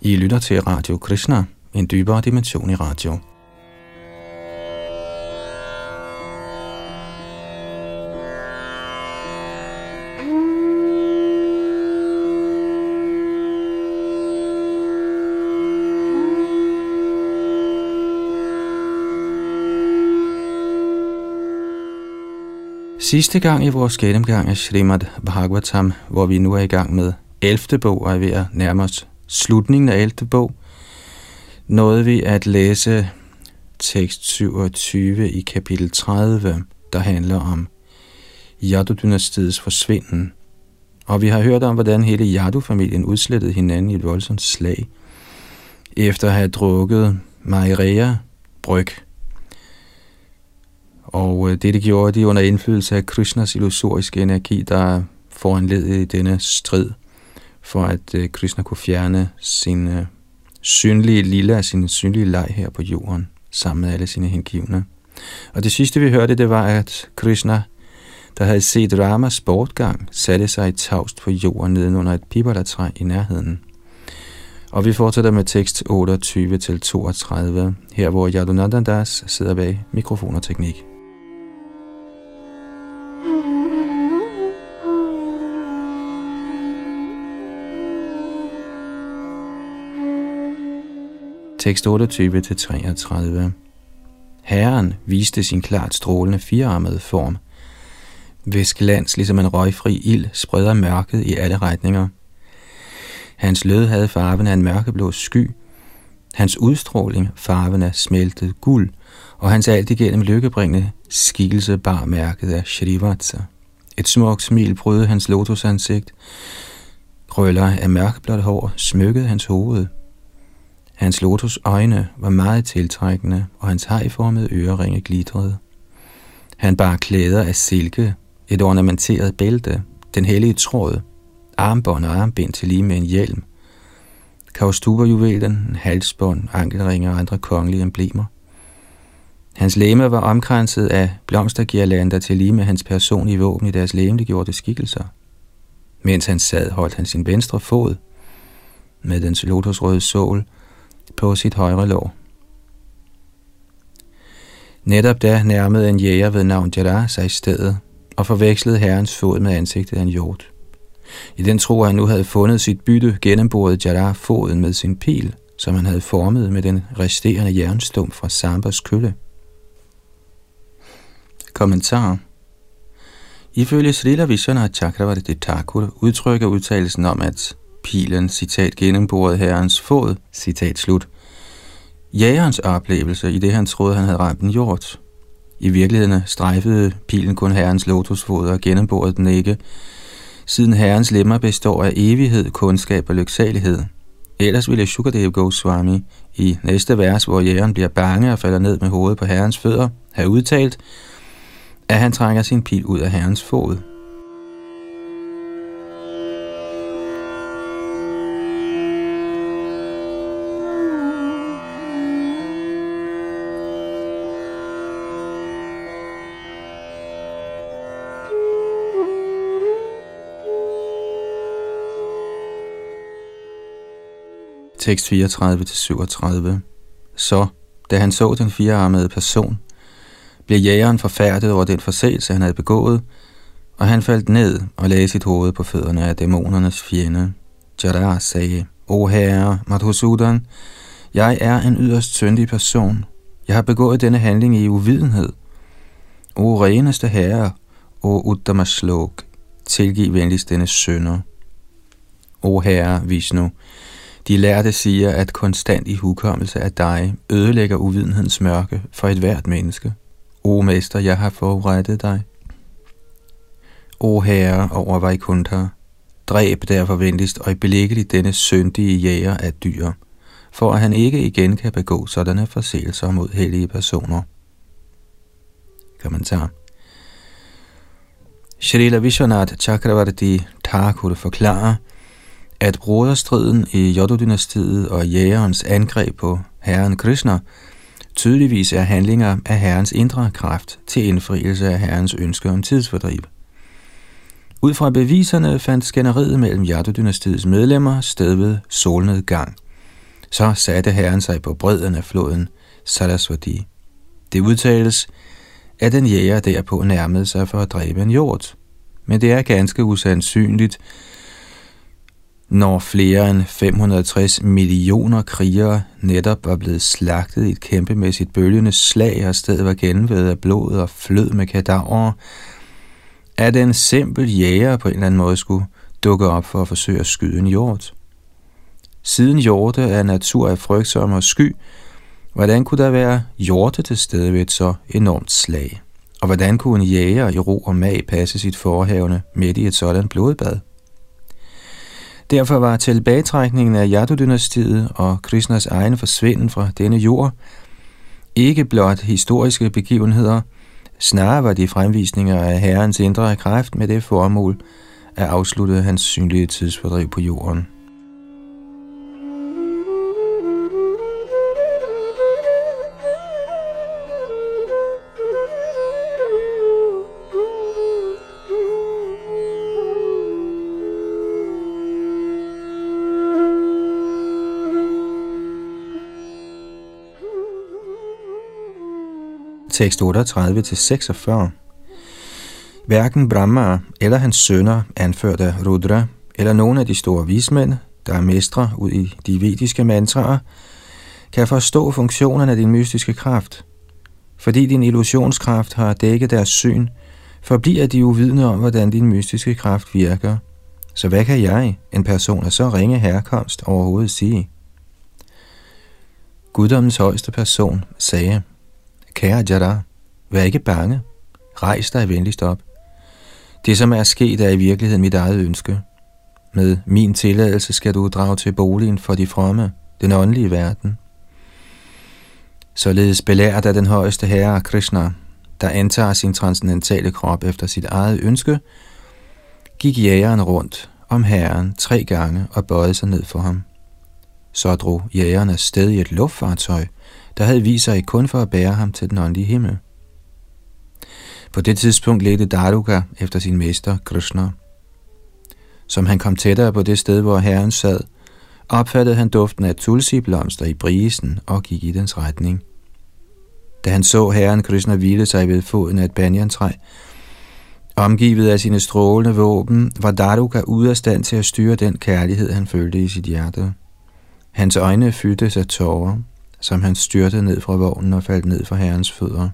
I lytter til Radio Krishna, en dybere dimension i radio. Sidste gang i vores gennemgang af Srimad Bhagavatam, hvor vi nu er i gang med 11. bog og er ved at nærme os slutningen af 11. bog, nåede vi at læse tekst 27 i kapitel 30, der handler om Yadu-dynastiets forsvinden. Og vi har hørt om, hvordan hele Yadu-familien udslettede hinanden i et voldsomt slag, efter at have drukket Maireya-bryg. Og det gjorde de under indflydelse af Krishnas illusoriske energi, der foranledede denne strid, for at Krishna kunne fjerne sin synlige lille af sin synlige leg her på jorden, sammen med alle sine hengivne. Og det sidste vi hørte, det var, at Krishna, der havde set Ramas bortgang, satte sig tavst på jorden nedenunder et pipalatræ i nærheden. Og vi fortsætter med tekst 28-32, her hvor Yadunandan Das sidder bag mikrofon og teknik. Tekst 28-33. Herren viste sin klart strålende firearmede form, hvis glans ligesom en røgfri ild spreder mørket i alle retninger. Hans lød havde farven af en mørkeblå sky, hans udstråling farven af smeltet guld, og hans alt igennem lykkebringende skikkelse bar mærket af Shrivatsa. Et smukt smil brød hans lotusansigt, krøller af mørkeblåt hår smykkede hans hoved. Hans lotusøjne var meget tiltrækkende, og hans hajformede øreringe glitrede. Han bar klæder af silke, et ornamenteret bælte, den hellige tråd, armbånd og armbind til lige med en hjelm, kaustuba-juvelen, halsbånd, ankelringe og andre kongelige emblemer. Hans legeme var omkranset af blomstergirlander til lige med hans personlige våben i deres legemliggjorte skikkelser. Mens han sad, holdt han sin venstre fod med dens lotusrøde sål på sit højre lår. Netop da nærmede en jæger ved navn Jada sig i stedet og forvekslede herrens fod med ansigtet af en hjort. I den tro, at han nu havde fundet sit bytte, gennemborede Jada foden med sin pil, som han havde formet med den resterende jernstump fra Sambas kølle. Kommentar. Ifølge Srila Vishwanath Chakravarti Thakur udtrykker udtalelsen om, at pilen, citat, gennemborede herrens fod, citat slut, jægerens oplevelse, i det han troede, han havde ramt en hjort. I virkeligheden strejfede pilen kun herrens lotusfod og gennemborede den ikke, siden herrens lemmer består af evighed, kundskab og lyksalighed. Ellers ville Shukadev Goswami i næste vers, hvor jægeren bliver bange og falder ned med hovedet på herrens fødder, have udtalt, at han trækker sin pil ud af herrens fod. Tekst 34-37. Så, da han så den firearmede person, blev jægeren forfærdet over den forseelse, han havde begået, og han faldt ned og lagde sit hoved på fødderne af dæmonernes fjende. Jada sagde, O herre, Madhusudan, jeg er en yderst syndig person. Jeg har begået denne handling i uvidenhed. O reneste herre, O Uttamashlok, tilgiv venligst denne synder. O herre Vishnu, de lærte siger, at konstant ihukommelse af dig ødelægger uvidenhedens mørke for et hvert menneske. O mester, jeg har forurettet dig. O herre over Vaikuntha, dræb derfor venligst og belæggeligt denne syndige jæger af dyr, for at han ikke igen kan begå sådanne forseelser mod hellige personer. Kommentar. Srila Vishwanath Chakravarti Thakur forklarer, at broderstriden i Yadu-dynastiet og jægerens angreb på herren Krishna tydeligvis er handlinger af herrens indre kraft til indfrielse af herrens ønske om tidsfordriv. Ud fra beviserne fandt skænderiet mellem Yadu-dynastiets medlemmer sted ved solnedgang. Så satte herren sig på bredden af floden Saraswati. Det udtales, at en jæger derpå nærmede sig for at dræbe en hjort. Men det er ganske usandsynligt, når flere end 560 millioner krigere netop var blevet slagtet i et kæmpemæssigt bølgende slag, og stedet var gennemvædet af blod og flød med kadaver, at en simpel jæger på en eller anden måde skulle dukke op for at forsøge at skyde en hjort. Siden hjorte af natur er frygtsomme og sky, hvordan kunne der være hjorte til stede ved et så enormt slag? Og hvordan kunne en jæger i ro og mag passe sit forehavende midt i et sådan blodbad? Derfor var tilbagetrækningen af Yadu-dynastiet og Krishnas egen forsvinden fra denne jord ikke blot historiske begivenheder, snarere var de fremvisninger af herrens indre kraft med det formål at afslutte hans synlige tidsfordriv på jorden. Tekst 38-46. Hverken Brahma eller hans sønner, anført af Rudra, eller nogen af de store vismænd, der er mestre ud i de vediske mantraer, kan forstå funktionerne af din mystiske kraft. Fordi din illusionskraft har dækket deres syn, forbliver de uvidende om, hvordan din mystiske kraft virker. Så hvad kan jeg, en person af så ringe herkomst, overhovedet sige? Guddommens højeste person sagde: Kære Jada, vær ikke bange. Rejs dig venligst op. Det, som er sket, er i virkeligheden mit eget ønske. Med min tilladelse skal du drage til boligen for de fromme, den åndelige verden. Således belært af den højeste herre Krishna, der antager sin transcendentale krop efter sit eget ønske, gik jægeren rundt om herren 3 gange og bøjede sig ned for ham. Så drog jægeren afsted i et luftfartøj, der havde vist sig kun for at bære ham til den åndelige himmel. På det tidspunkt ledte Daruka efter sin mester Krishna. Som han kom tættere på det sted, hvor herren sad, opfattede han duften af tulsi-blomster i brisen og gik i dens retning. Da han så herren Krishna hvile sig ved foden af et banjantræ, omgivet af sine strålende våben, var Daruka ude af stand til at styre den kærlighed, han følte i sit hjerte. Hans øjne fyldtes af tårer, som han styrtede ned fra vognen og faldt ned for herrens fødder.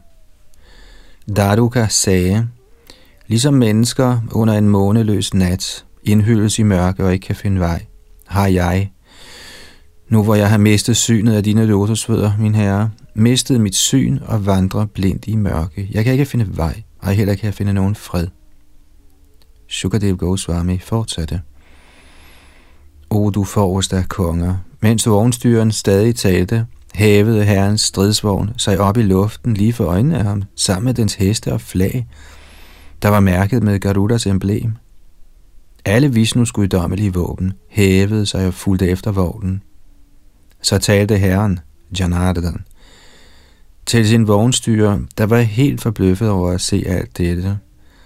Daruka sagde: ligesom mennesker under en måneløs nat indhylles i mørke og ikke kan finde vej, har jeg, nu hvor jeg har mistet synet af dine lotusfødder, min herre, mistet mit syn og vandrer blindt i mørke. Jeg kan ikke finde vej, og heller kan jeg finde nogen fred. Shukadev Goswami fortsatte: O du forreste af konger, mens vognstyren stadig talte, hævede herrens stridsvogn sig op i luften lige for øjnene af ham, sammen med dens heste og flag, der var mærket med Garudas emblem. Alle Vishnus guddommelige våben hævede sig og fulgte efter vognen. Så talte herren, Janardhan, til sin vognstyrer, der var helt forbløffet over at se alt dette.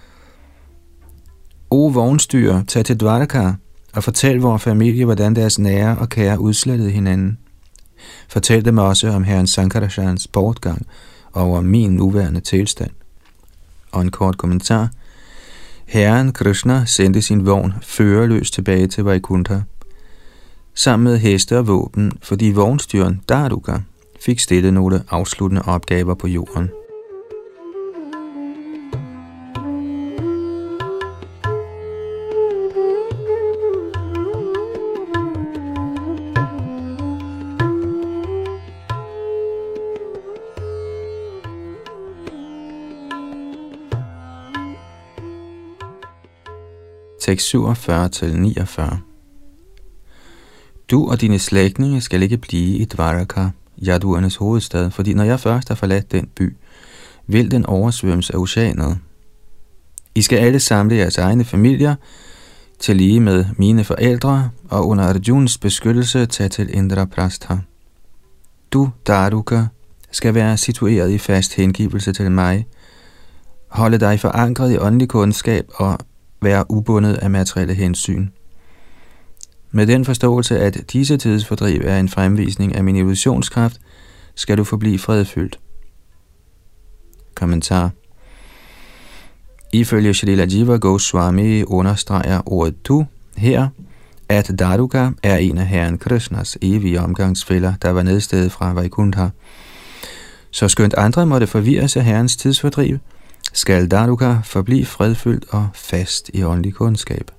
O vognstyrer, tag til Dvaraka og fortæl vores familie, hvordan deres nære og kære udslettede hinanden. Fortæl dem også om herren Sankarashans bortgang og om min nuværende tilstand. Og en kort kommentar. Herren Krishna sendte sin vogn førerløs tilbage til Vaikuntha, sammen med heste og våben, fordi vognstyren Daruka fik stillet nogle afsluttende opgaver på jorden. Tekst 47-49. Du og dine slægtninge skal ikke blive i Dvaraka, Yaduernes hovedstad, fordi når jeg først har forladt den by, vil den oversvømmes af oceanet. I skal alle samle jeres egne familier, til lige med mine forældre, og under Arjuns beskyttelse tage til Indraprastha. Du, Daruka, skal være situeret i fast hengivelse til mig, holde dig forankret i åndelig kundskab og være ubundet af materielle hensyn. Med den forståelse, at disse tidsfordriv er en fremvisning af min illusionskraft, skal du forblive fredfyldt. Kommentar. Ifølge Srila Jiva Goswami understreger ordet du her, at Daruka er en af herren Krishnas evige omgangsfælder, der var nedstedet fra Vaikuntha. Så skønt andre måtte forvirres af herrens tidsfordriv, skal Daruka forblive fredfyldt og fast i åndelig kundskab.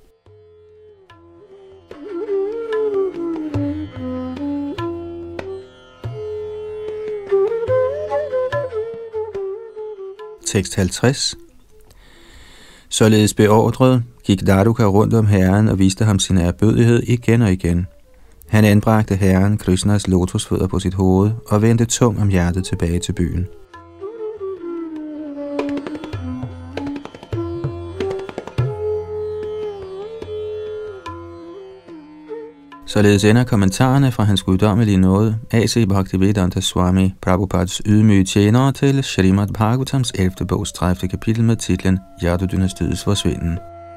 Tekst 50. Således beordret gik Daruka rundt om herren og viste ham sin ærbødighed igen og igen. Han anbragte herren Krishnas lotusfødder på sit hoved og vendte tung om hjertet tilbage til byen. Således ender kommentarerne fra hans guddommelige nåde, A.C. Bhaktivedanta Swami Prabhupads ydmyge tjenere til Srimad Bhagavatams 11. bogs 30. kapitel med titlen Yadu-dynastiets forsvinden.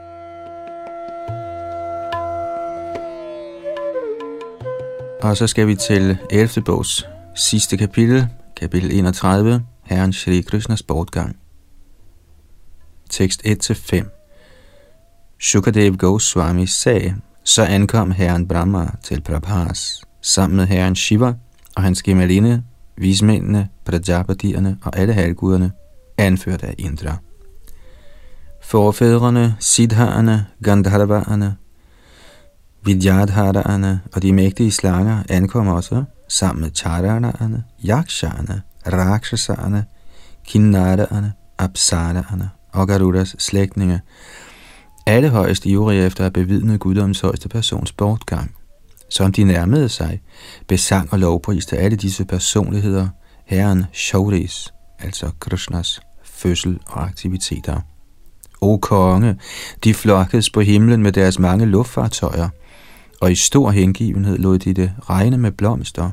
Og så skal vi til 11. bogs sidste kapitel, kapitel 31, Herren Shri Krishnas bortgang. Tekst 1-5. Shukadev Goswami sagde, så ankom herren Brahma til Prabhas, sammen med herren Shiva og hans gemalinde, vismændene, Prajapatierne og alle halvguderne, anført af Indra. Forfædrene, Siddharerne, Gandharvaerne, Vidyadharaerne og de mægtige slanger ankom også, sammen med Charanaerne, Yakshaerne, Rakshaserne, Kinnaraerne, Apsaraerne og Garudas slægtninge, alle højst ivrige efter at bevidne guddommens højeste persons bortgang. Som de nærmede sig, besang og lovpriste alle disse personligheder herren Shauris, altså Krishnas fødsel og aktiviteter. O konge, de flokkedes på himlen med deres mange luftfartøjer, og i stor hengivenhed lod de det regne med blomster.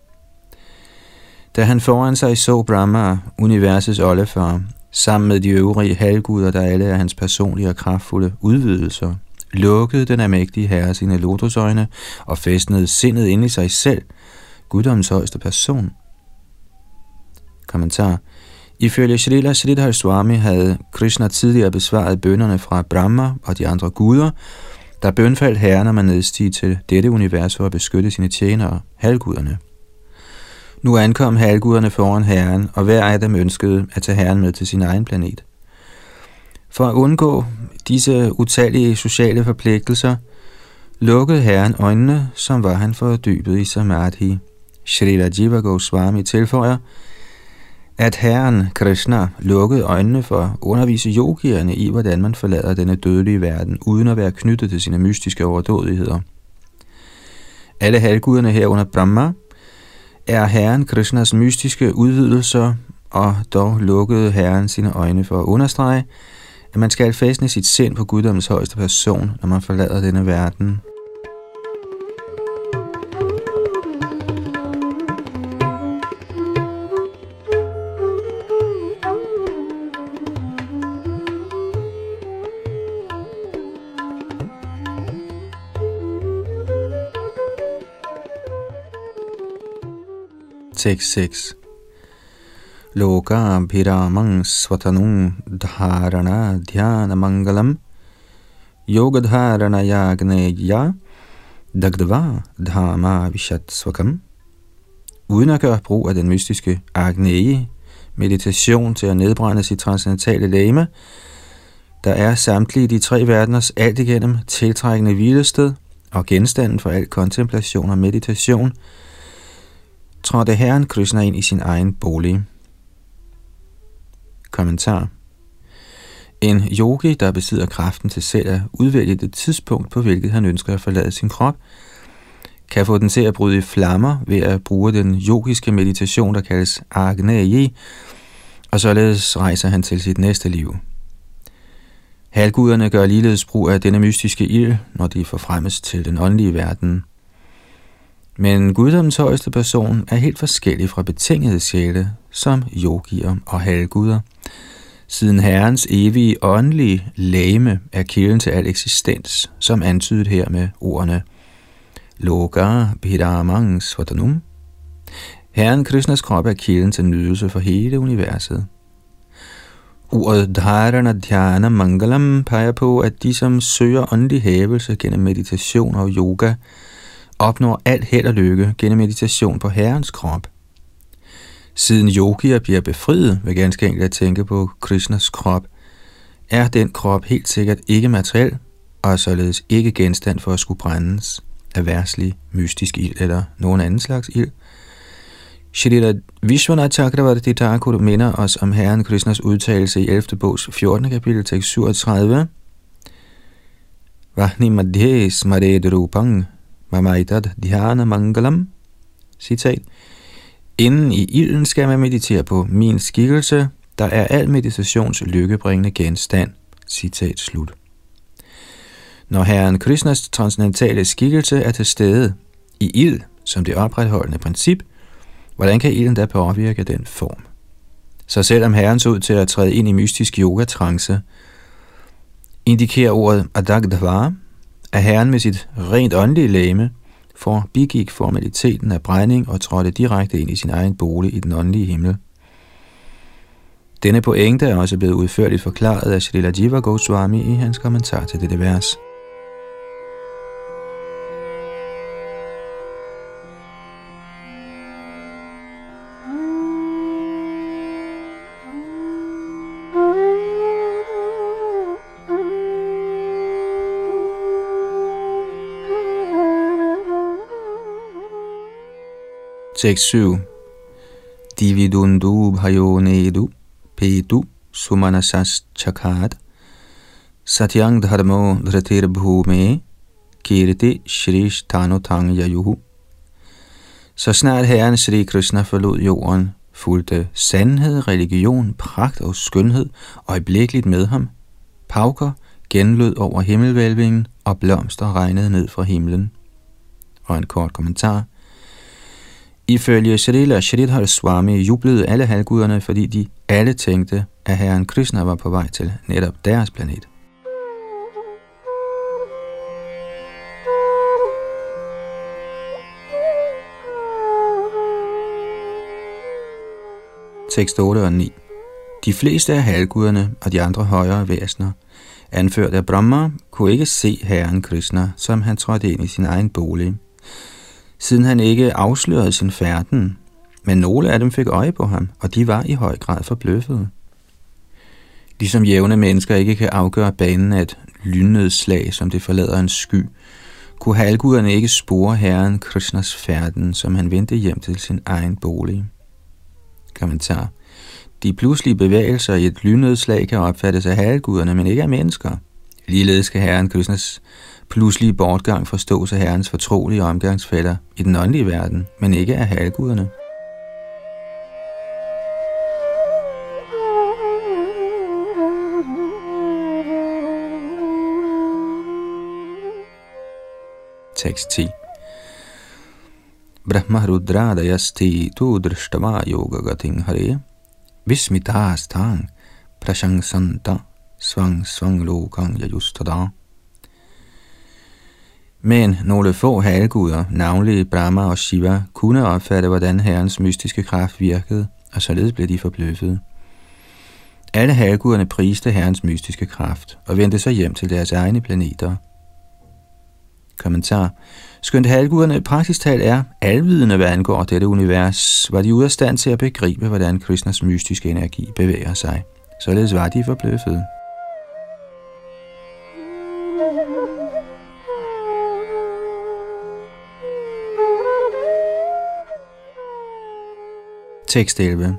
Da han foran sig så Brahma, universets oldefar, sammen med de øvrige halvguder, der alle er hans personlige og kraftfulde udvidelser, lukkede den almægtige herre sine lotusøjne og fæstnede sindet ind i sig selv, guddommens højeste person. Kommentar. Ifølge Srila Sridhar Swami havde Krishna tidligere besvaret bønnerne fra Brahma og de andre guder, der bønfaldt herren om at nedstige til dette univers for at beskytte sine tjenere, halvguderne. Nu ankom halvguderne foran herren, og hver af dem ønskede at tage herren med til sin egen planet. For at undgå disse utallige sociale forpligtelser, lukkede herren øjnene, som var han fordybet i samadhi. Srila Jiva Goswami tilføjer, at herren Krishna lukkede øjnene for at undervise yogierne i, hvordan man forlader denne dødelige verden, uden at være knyttet til sine mystiske overdådigheder. Alle halvguderne herunder Brahma er herren Krishnas mystiske udvidelser, og dog lukkede herren sine øjne for at understrege, at man skal fæstne sit sind på guddommens højeste person, når man forlader denne verden. Tekst 6. Loka bhiramang svatanung dharana dhyana mangalam yogadharana yagneya dagdava dharma vishat svakam. Uden at gøre brug af den mystiske Agneyi, meditation til at nedbrænde sit transcendentale legeme, der er samtlige de tre verdeners alt igennem tiltrækkende hvilested og genstanden for al kontemplation og meditation, trådte herren Krishna ind i sin egen bolig. Kommentar. En yogi, der besidder kraften til selv at udvælge det tidspunkt, på hvilket han ønsker at forlade sin krop, kan få den til at bryde i flammer ved at bruge den yogiske meditation, der kaldes Agneyi, og således rejser han til sit næste liv. Halvguderne gør ligeledes brug af denne mystiske ild, når de forfremmes til den åndelige verden. Men guddommens højeste person er helt forskellig fra betingede sjæle, som yogier og halvguder, siden herrens evige åndelige legeme er kilden til al eksistens, som antydet her med ordene Loka Bhiramang Svatanum. Herren Krishnas krop er kilden til nydelse for hele universet. Ordet Dharana Dhyana Mangalam peger på, at de, som søger åndelig hævelse gennem meditation og yoga, opnår alt held og lykke gennem meditation på Herrens krop. Siden yogier bliver befriet ved ganske enkelt at tænke på Krishnas krop, er den krop helt sikkert ikke materiel, og således ikke genstand for at skulle brændes af verdslig, mystisk ild eller nogen anden slags ild. Shrila Vishwanath Chakravarti Thakur minder os om Herren Krishnas udtalelse i 11. bogs 14. kapitel, tekst 37. Vahni madhye smared rupang mamaitad dhyana mangalam. Citat. Inden i ilden skal man meditere på min skikkelse, der er al meditations lykkebringende genstand. Citat slut. Når Herren Krishnas transcendentale skikkelse er til stede i ild som det opretholdende princip, hvordan kan ilden da påvirke den form? Så selvom Herren så ud til at træde ind i mystisk yoga-trance, indikerer ordet adagdhava, at Herren med sit rent åndelige legeme forbigik formaliteten af brænding og trådte direkte ind i sin egen bolig i den åndelige himmel. Denne pointe er også blevet udførligt forklaret af Srila Jiva Goswami i hans kommentar til dette vers. Tekst 7. Dividundu bhayonedu pedu sumanasas chakad satyang dharmo dhratir bhume kirti shrish tanotang yayuhu. Så snart Herren Shri Krishna forlod jorden, fulgte sandhed, religion, pragt og skønhed øjeblikkeligt med ham. Pauker genlød over himmelvælvingen, og blomster regnede ned fra himlen. Og en kort kommentar. Ifølge Srila Sridhar Swami jublede alle halvguderne, fordi de alle tænkte, at Herren Krishna var på vej til netop deres planet. Tekst 8 og 9. De fleste af halvguderne og de andre højere væsener, anført af Brahma, kunne ikke se Herren Krishna, som han trådte ind i sin egen bolig, siden han ikke afslørede sin færden, men nogle af dem fik øje på ham, og de var i høj grad forbløffede. Ligesom jævne mennesker ikke kan afgøre banen af et lynnedslag, som det forlader en sky, kunne halvguderne ikke spore Herren Krishnas færden, som han vendte hjem til sin egen bolig. Kommentar. De pludselige bevægelser i et lynnedslag kan opfattes af halvguderne, men ikke af mennesker. Ligeledes kan Herren Krishnas pludselige bortgang forstås af Herrens fortrolige omgangsfæller i den åndelige verden, men ikke af halvguderne. Tekst 10. Brahma rudradayasti tu drishtava yoga gating hare vismitastang prashangsanta svang svang lokang yajustada. Men nogle få halvguder, navnlig Brahma og Shiva, kunne opfatte, hvordan Herrens mystiske kraft virkede, og således blev de forbløffede. Alle halvguderne priste Herrens mystiske kraft og vendte så hjem til deres egne planeter. Kommentar. Skønt halvguderne praktisk talt er alvidende, hvad angår dette univers, var de ude af stand til at begribe, hvordan Krishnas mystiske energi bevæger sig. Således var de forbløffede. Tekst 11.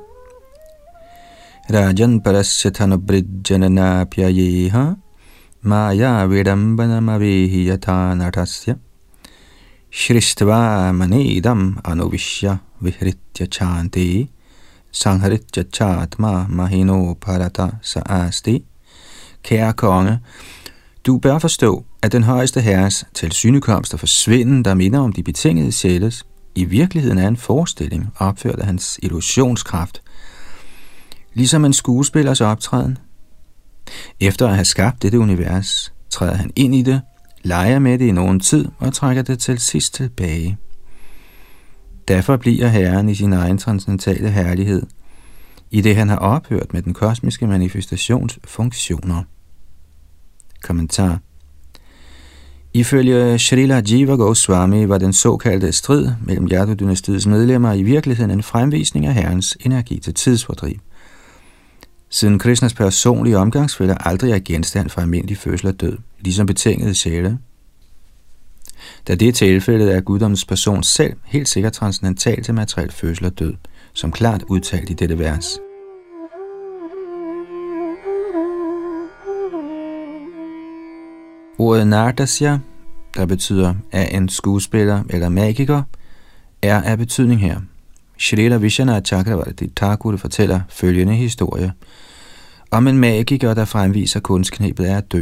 Rajan parasyatanabridjanana pyayeha maya vidambanamavehi yatha natasya shristva manedam anuvishya vihritya chanti sangharitya chatma mahino parata saasti. Kære konge, du bør forstå, at den højeste herres tilsynekomst og forsvinden, der minder om de betingede sjæles, i virkeligheden er en forestilling opført af hans illusionskraft, ligesom en skuespillers optræden. Efter at have skabt dette univers, træder han ind i det, leger med det i nogen tid og trækker det til sidst tilbage. Derfor bliver Herren i sin egen transcendentale herlighed, i det han har ophørt med den kosmiske manifestations funktioner. Kommentar. Ifølge Srila Jiva Goswami var den såkaldte strid mellem Yadu-dynastiets medlemmer i virkeligheden en fremvisning af Herrens energi til tidsfordriv. Siden Krishnas personlige omgangsfælder aldrig er genstand for almindelig fødsel og død, ligesom betingede sjæle. Da det er tilfældet, er guddommens person selv helt sikkert transcendental til materiel fødsel og død, som klart udtalt i dette vers. Ordet Nardasya, der betyder af en skuespiller eller magiker, er af betydning her. Shrila Vishwanath Chakravarti Thakur fortæller følgende historie om en magiker, der fremviser kunstknebet af at dø.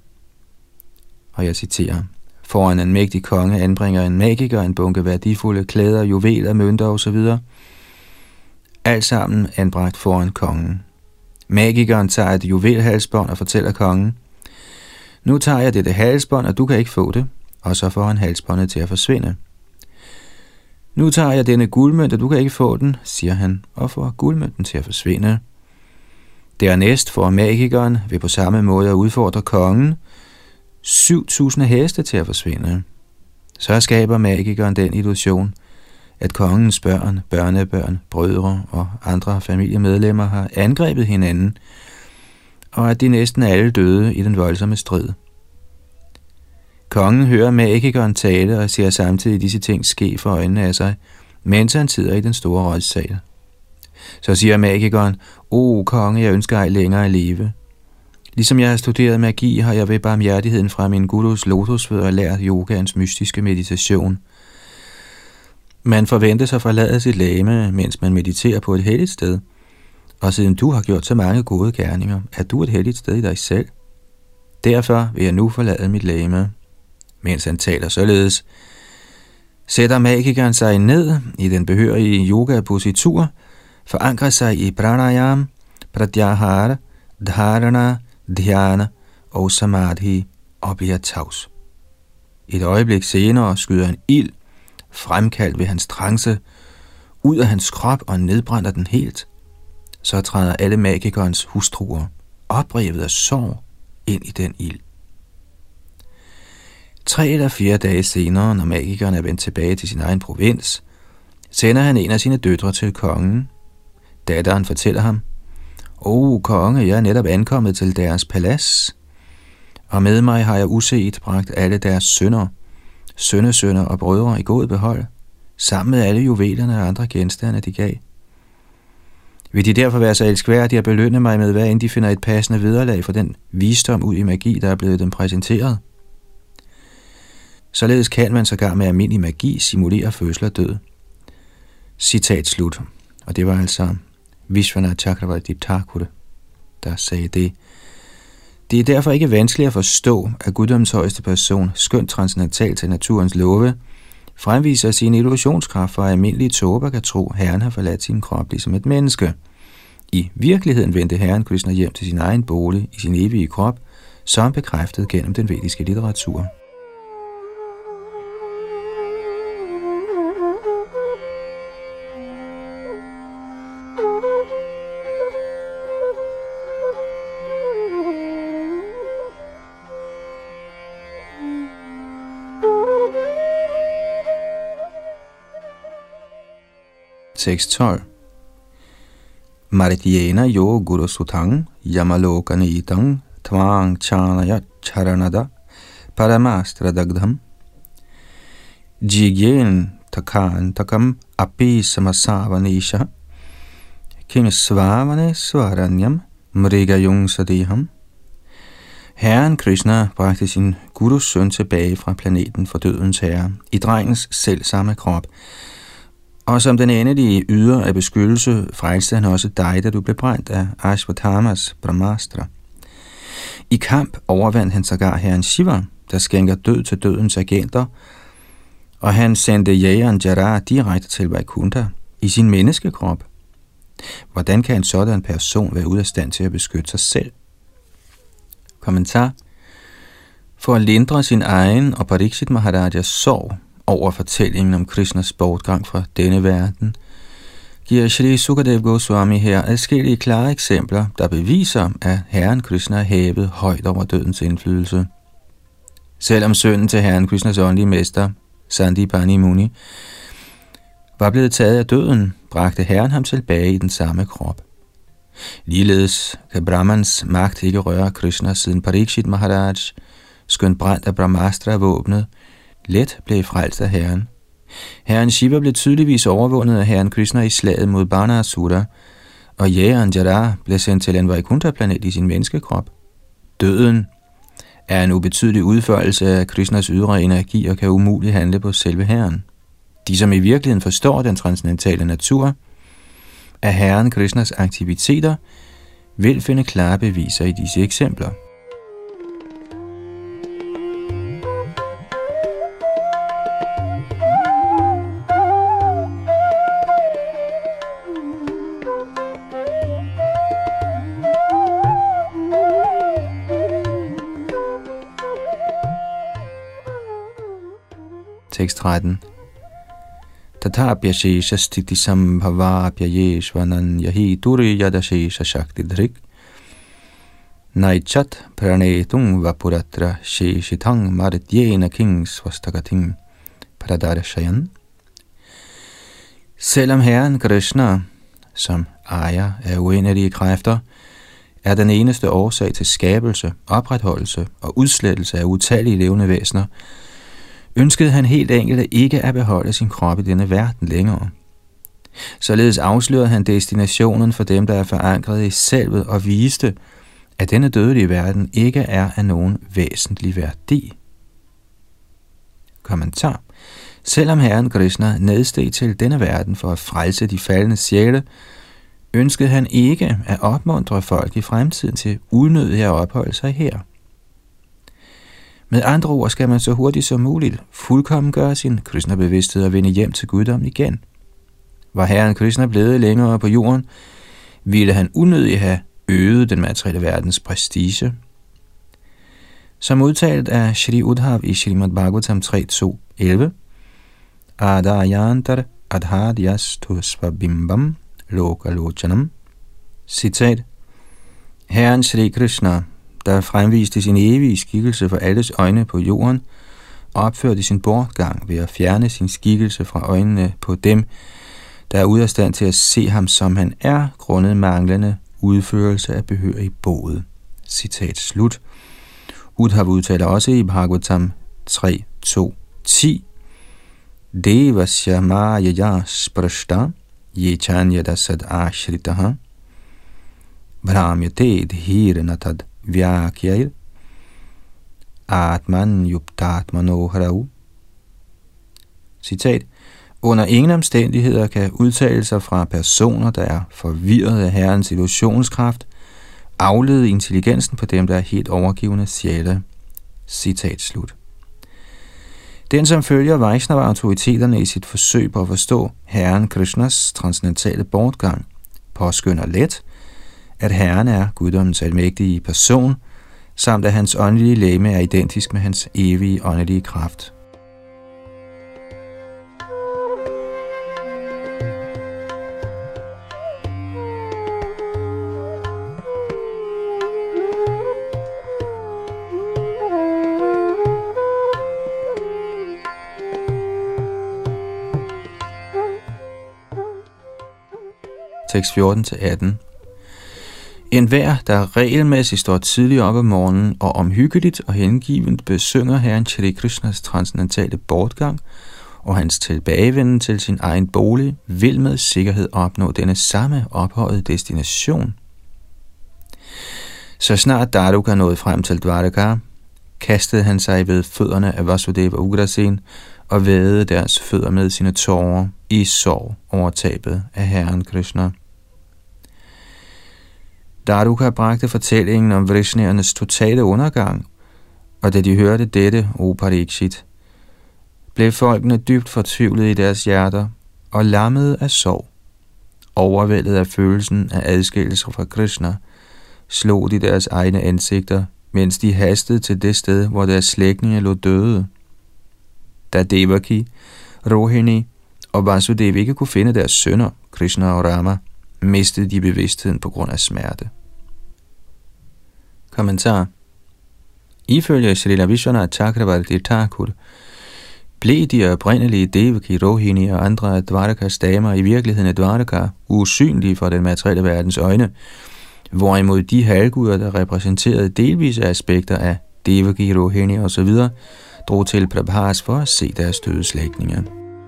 Og jeg citerer. Foran en mægtig konge anbringer en magiker en bunke værdifulde klæder, juveler, mønter osv. Alt sammen anbragt foran kongen. Magikeren tager et juvelhalsbånd og fortæller kongen: nu tager jeg dette halsbånd, og du kan ikke få det, og så får han halsbåndet til at forsvinde. Nu tager jeg denne guldmønt, og du kan ikke få den, siger han, og får guldmønten til at forsvinde. Dernæst får magikeren ved på samme måde at udfordre kongen 7.000 heste til at forsvinde. Så skaber magikeren den illusion, at kongens børn, børnebørn, brødre og andre familiemedlemmer har angrebet hinanden, og at de næsten alle døde i den voldsomme strid. Kongen hører magikeren tale og ser samtidig disse ting ske for øjnene af sig, mens han sidder i den store rådssal. Så siger magikeren: "O konge, jeg ønsker ej længere at leve. Ligesom jeg har studeret magi, har jeg ved barmhjertigheden fra min gurus lotusfødder lært yogaens mystiske meditation. Man forventes at forlade sit legeme, mens man mediterer på et helligt sted. Og siden du har gjort så mange gode gerninger, er du et helligt sted i dig selv. Derfor vil jeg nu forlade mit legeme." Mens han taler således, sætter magikeren sig ned i den behørige yoga-positur, forankrer sig i pranayam, pratyahara, dharana, dhyana og samadhi og bliver tavs. Et øjeblik senere skyder en ild, fremkaldt ved hans trance, ud af hans krop og nedbrænder den helt. Så træder alle magikerens hustruer, oprevet af sorg, ind i den ild. 3 eller 4 dage senere, når magikeren er vendt tilbage til sin egen provins, sender han en af sine døtre til kongen. Datteren fortæller ham: "O konge, jeg er netop ankommet til deres palads, og med mig har jeg uset bragt alle deres sønner, sønnesønner og brødre i god behold, sammen med alle juvelerne og andre genstande, de gav. Vil de derfor være så elskværdige at belønne mig med, hvad end de finder et passende vederlag for den visdom ud i magi, der er blevet dem præsenteret? Således kan man sågar med almindelig magi simulere fødsel og død." Citat slut. Og det var altså Vishwanath Chakravarti Thakur, der sagde det. Det er derfor ikke vanskeligt at forstå, at guddommens højeste person, skønt transcendental til naturens love, fremviser sin illusionskraft for, at almindelige tåber kan tro, Herren har forladt sin krop ligesom et menneske. I virkeligheden vendte Herren Krishna hjem til sin egen bolig i sin evige krop, som bekræftet gennem den vediske litteratur. Tekst 12. Marityena yo guru sutang yamalokanitam tvang chanaya charanada paramastra dagdham jigyen takan takam api samasavanisha king svavane svaranyam mrigayung sadiham. Herren Krishna bragte sin gurus søn tilbage fra planeten for dødens herre i drengens selvsamme krop, og som den endelige yder af beskyttelse frelste han også dig, da du blev brændt af Ashwathamas Brahmastra. I kamp overvandt han sågar herren Shiva, der skænker død til dødens agenter, og han sendte jægeren Jara direkte til Vaikuntha i sin menneskekrop. Hvordan kan en sådan person være ude af stand til at beskytte sig selv? Kommentar. For at lindre sin egen og Parikshit Maharajas sorg over fortællingen om Krishnas bortgang fra denne verden, giver Shri Sukadev Goswami her adskillige klare eksempler, der beviser, at Herren Krishna er hævet højt over dødens indflydelse. Selvom sønnen til Herren Krishnas åndelige mester, Sandipani Muni, var blevet taget af døden, bragte Herren ham tilbage i den samme krop. Ligeledes kan Brahmans magt ikke røre Krishna, siden Parikshit Maharaj, skønt brændt af Brahmastra-våbnet, let blev frelst af Herren. Herren Shiva blev tydeligvis overvundet af Herren Krishna i slaget mod Banasura, og jægeren Jara blev sendt til en Vaikuntha-planet i sin menneskekrop. Døden er en ubetydelig udførelse af Krishnas ydre energi og kan umuligt handle på selve Herren. De, som i virkeligheden forstår den transcendentale natur af Herren Krishnas aktiviteter, vil finde klare beviser i disse eksempler. Tekst 13. Tatapya shesha sthiti sambhavapya yeshvanan yahi duri yada shesha shakti dhrik naichat pranetung vapuratra sheshitang marityena kings vastagating pradarashayan. Selvom Herren Krishna, som ejer af uendelige kræfter, er den eneste årsag til skabelse, opretholdelse og udslettelse af utallige levende væsener, ønskede han helt enkelt ikke at beholde sin krop i denne verden længere. Således afslørede han destinationen for dem, der er forankret i selvet, og viste, at denne dødelige verden ikke er af nogen væsentlig værdi. Kommentar. Selvom Herren Krishna nedsteg til denne verden for at frelse de faldne sjæle, ønskede han ikke at opmuntre folk i fremtiden til unødigt at opholde sig her. Med andre ord skal man så hurtigt som muligt fuldkommen gøre sin Krishna-bevidsthed og vende hjem til Guddom igen. Var Herren Krishna blevet længere på jorden, ville han unødigt have øget den materielle verdens prestige. Som udtalt af Shri Udhav i Srimad Bhagavatam 3.2.11, Adayantar adhadyastu svabimbam lokalochanam. Citat. Herren Shri Krishna, der fremviste sin evige skikkelse for alles øjne på jorden, opførte sin bortgang ved at fjerne sin skikkelse fra øjnene på dem, der er ude af stand til at se ham, som han er, grundet manglende udførelse af behørig bod. Citat slut. Udhav udtaler også i Bhagavatam 3.2.10, Devasya Mayaya Sprashta Yechanyada Sad Ashritaha Brahmyate Dhiranatad Vyakyair Atman Yuptatmanoharau. Citat. Under ingen omstændigheder kan udtalelser fra personer, der er forvirret af Herrens illusionskraft, aflede intelligensen på dem, der er helt overgivende sjæle. Citat slut. Den, som følger Vaishnava-autoriteterne i sit forsøg på at forstå Herren Krishnas transcendentale bortgang, påskynder let, at Herren er guddommens almægtige person, samt at hans åndelige legeme er identisk med hans evige åndelige kraft. Tekst 14-18. Enhver, der regelmæssigt står tidligt op om morgenen og omhyggeligt og hengivent besynger Herren Shri Krishnas transcendentale bortgang og hans tilbagevenden til sin egen bolig, vil med sikkerhed opnå denne samme ophøjede destination. Så snart Daruka nåede frem til Dvaraka, kastede han sig ved fødderne af Vasudeva Ugrasen og vædede deres fødder med sine tårer i sorg over tabet af Herren Krishna. Daruka bragte fortællingen om Vrishnernes totale undergang, og da de hørte dette, o Parikshit, blev folkene dybt fortvivlet i deres hjerter og lammede af sorg. Overvældet af følelsen af adskillelse fra Krishna, slog de deres egne ansigter mens de hastede til det sted, hvor deres slægtninge lå døde. Da Devaki, Rohini og Vasudev ikke kunne finde deres sønner, Krishna og Rama, mistede de bevidstheden på grund af smerte. Kommentar. Ifølge Srila Vishwanath Chakravarti Thakur blev de oprindelige Devaki, Rohini og andre af Dwarakas damer i virkeligheden af Dwaraka usynlige for den materielle verdens øjne, hvorimod de halvguder, der repræsenterede delvise aspekter af Devaki, Rohini osv., drog til Prabhas for at se deres døde slægtninge.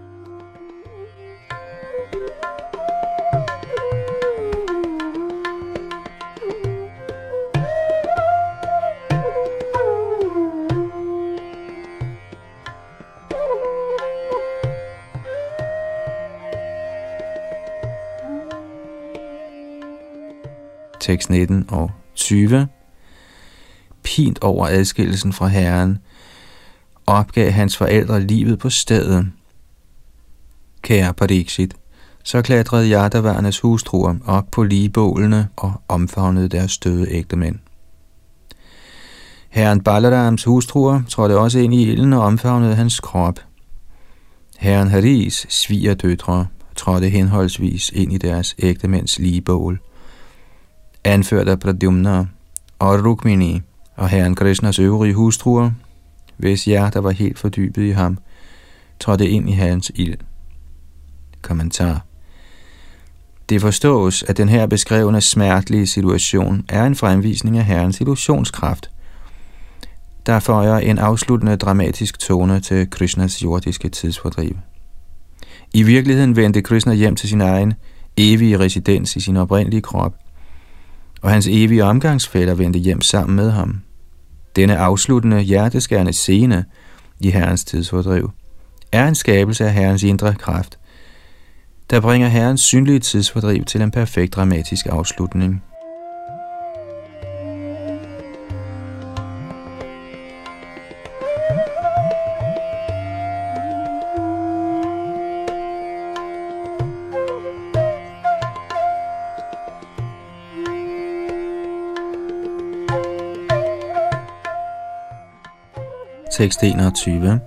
Tekst 19 og 20. Pint over adskillelsen fra Herren, opgav hans forældre livet på stedet. Kære Parikshit, så klatrede Yadavarnes hustruer op på ligbålene og omfavnede deres døde ægtemænd. Herren Balarams hustruer trådte også ind i ilden og omfavnede hans krop. Herren Haris svigerdøtre trådte henholdsvis ind i deres ægtemænds ligbål, anført af Pradyumna og Rukmini og herren Krishnas øvrige hustruer, hvis hjerter var helt fordybet i ham, trådte ind i hans ild. Kommentar. Det forstås, at den her beskrevne smertelige situation er en fremvisning af herrens illusionskraft, der føjer en afsluttende dramatisk tone til Krishnas jordiske tidsfordriv. I virkeligheden vendte Krishna hjem til sin egen evige residens i sin oprindelige krop, og hans evige omgangsfæller vendte hjem sammen med ham. Denne afsluttende, hjerteskærende scene i herrens tidsfordriv er en skabelse af herrens indre kraft, der bringer herrens synlige tidsfordriv til en perfekt dramatisk afslutning. Tekst 21.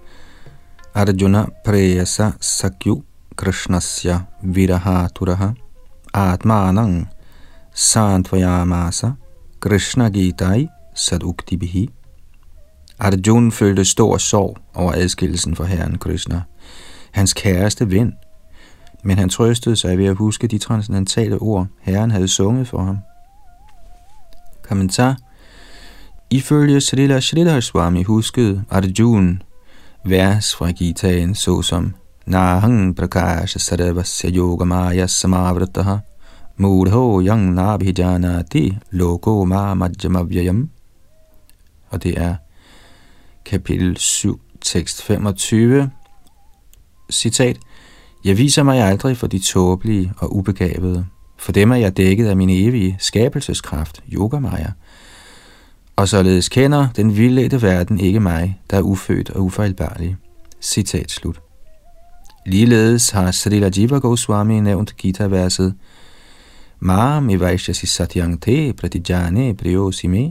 Arjuna preyasa sakyu krishnasya virahaturaha atmanang santvayamasa krishna gitai saduktibihi. Arjuna følte stor sorg over adskillelsen fra herren Krishna, hans kæreste ven, men han trøstede sig ved at huske de transcendentale ord, herren havde sunget for ham. Kommentar. Ifølge Srila Sridhar Swami huskede Arjuna vers fra Gitaen såsom Nahang prakasha sarvasya yogamaya samavrataha mudho yang nabhijanati loko ma majjamavyayam. Og det er kapitel 7, tekst 25. Citat. Jeg viser mig aldrig for de tåbelige og ubegavede. For dem er jeg dækket af min evige skabelseskraft, yogamaya. Og således kender den vildledte verden ikke mig, der er ufødt og ufejlbarlig. Citat slut. Ligeledes har Srila Jiva Goswami nævnt Gita-verset Maam evaishasi satyang te pratijane priyosime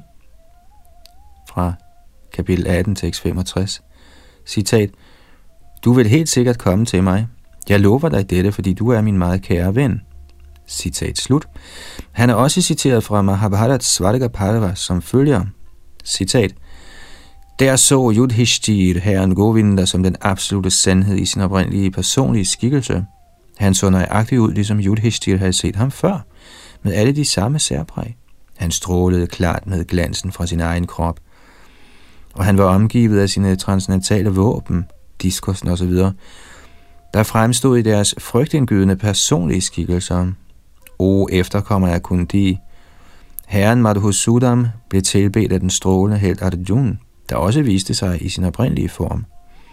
fra kapitel 18, tekst 65. Citat. Du vil helt sikkert komme til mig. Jeg lover dig dette, fordi du er min meget kære ven. Citat slut. Han er også citeret fra Mahabharata Svarga Parva som følger. Citat. Der så Yudhishthir herren Govinda som den absolute sandhed i sin oprindelige personlige skikkelse. Han så nøjagtigt ud, ligesom Yudhishthir havde set ham før, med alle de samme særpræg. Han strålede klart med glansen fra sin egen krop, og han var omgivet af sine transcendentale våben, diskursen osv., der fremstod i deres frygtindgydende personlige skikkelser. O efterkommer af Kundi, herren Madhusudam blev tilbedt af den strålende helt Arjuna, der også viste sig i sin oprindelige form.